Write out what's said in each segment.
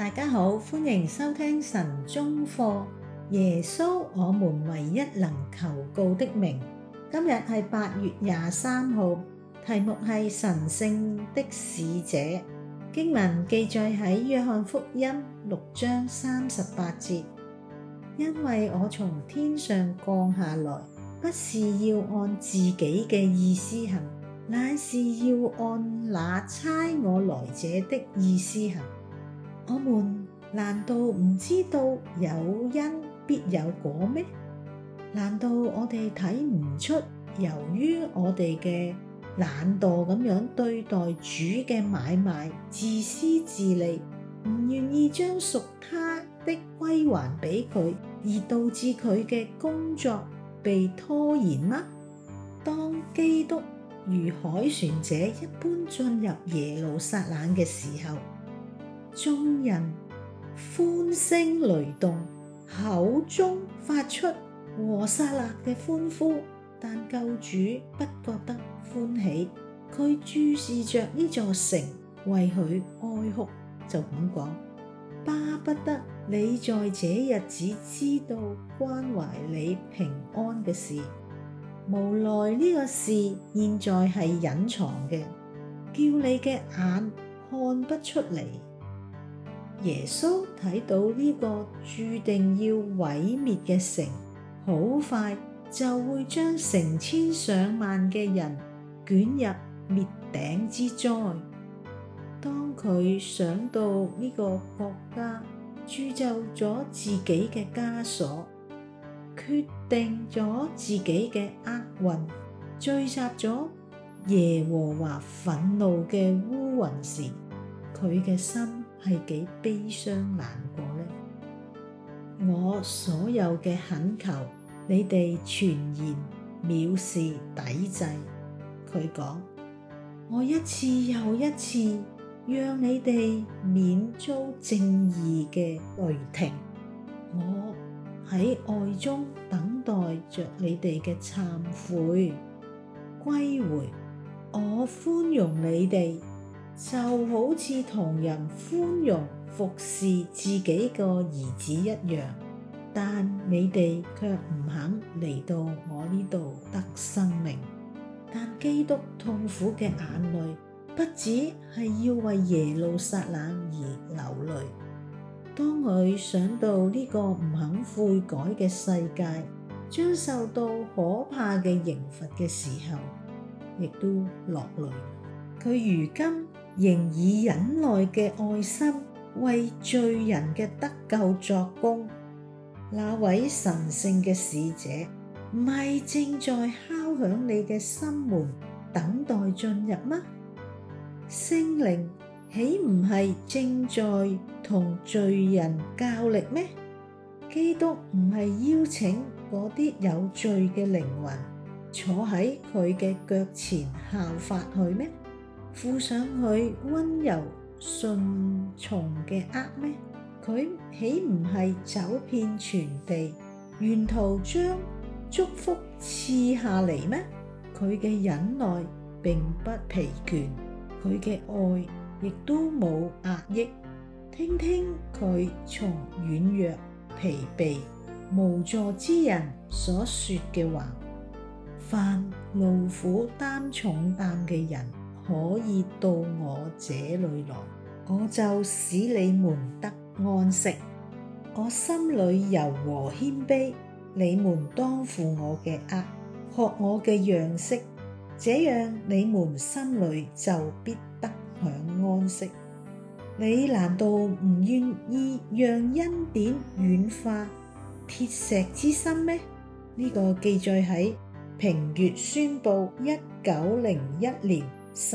大家好，歡迎收聽神中課。耶穌，我們唯一能求告的名。今日係8月23號，題目係神聖的使者。經文記載喺約翰福音6章38節。因為我從天上降下來，不是要按自己嘅意思行，乃是要按那差我來者的意思行。我們難道唔知道有因必有果咩？難道我哋睇唔出，由於我哋嘅懶惰咁樣對待主嘅買賣，自私自利，唔願意將屬他的歸還俾佢，而導致佢嘅工作被拖延嗎？當基督如凱旋者一般進入耶路撒冷嘅時候，眾人歡聲雷動，口中發出和散那嘅歡呼，但救主不覺得歡喜，佢注視着呢座城，為佢哀哭，就咁講：巴不得你在這日子知道關懷你平安嘅事，無奈呢個事現在係隱藏嘅，叫你嘅眼看不出嚟。耶穌睇到呢個注定要毀滅嘅城，好快就會將成千上萬嘅人捲入滅頂之災。當佢想到呢個國家鑄就咗自己嘅枷鎖，決定咗自己嘅厄運，聚集咗耶和華憤怒嘅烏雲時，佢嘅心係幾悲傷難過呢？我所有嘅懇求，你哋全然藐視抵制。佢講：我一次又一次讓你哋免遭正義嘅雷霆，我喺愛中等待着你哋嘅懺悔歸回，我寬容你哋，就好似同人寬容服侍自己個兒子一樣，但你哋卻唔肯嚟到我呢度得生命。但基督痛苦嘅眼淚不只係要為耶路撒冷而流淚，當佢想到呢個唔肯悔改嘅世界將受到可怕嘅刑罰嘅時候，亦都落淚。佢如今仍以忍耐嘅愛心為罪人嘅得救作工。那位神聖嘅使者唔係正在敲響你嘅心門，等待進入嗎？聖靈豈唔係正在同罪人較力咩？基督唔係邀請嗰啲有罪嘅靈魂坐喺佢嘅腳前效法佢咩？負上佢溫柔順從嘅軛咩？佢豈唔係走遍全地，沿途將祝福賜下嚟咩？佢嘅忍耐並不疲倦，佢嘅愛亦都冇壓抑。聽聽佢從軟弱、疲憊、無助之人所說嘅話：凡勞苦擔重擔嘅人，可以到我這裏來，我就使你們得安息。我心裏柔和謙卑，你們當負我嘅軛，學我嘅樣式，這樣你們心裏就必得享安息。你難道唔願意讓恩典軟化鐵石之心咩？呢個記載喺評閱宣報1901年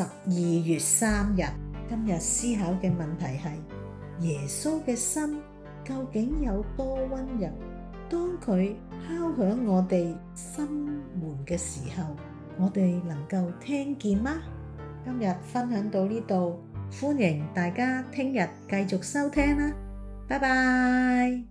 12月3日。今日思考嘅問題係：耶穌嘅心究竟有多溫柔？當佢敲響我哋心門嘅時候，我哋能夠聽見嗎？今日分享到呢度，歡迎大家聽日繼續收聽啦，拜拜。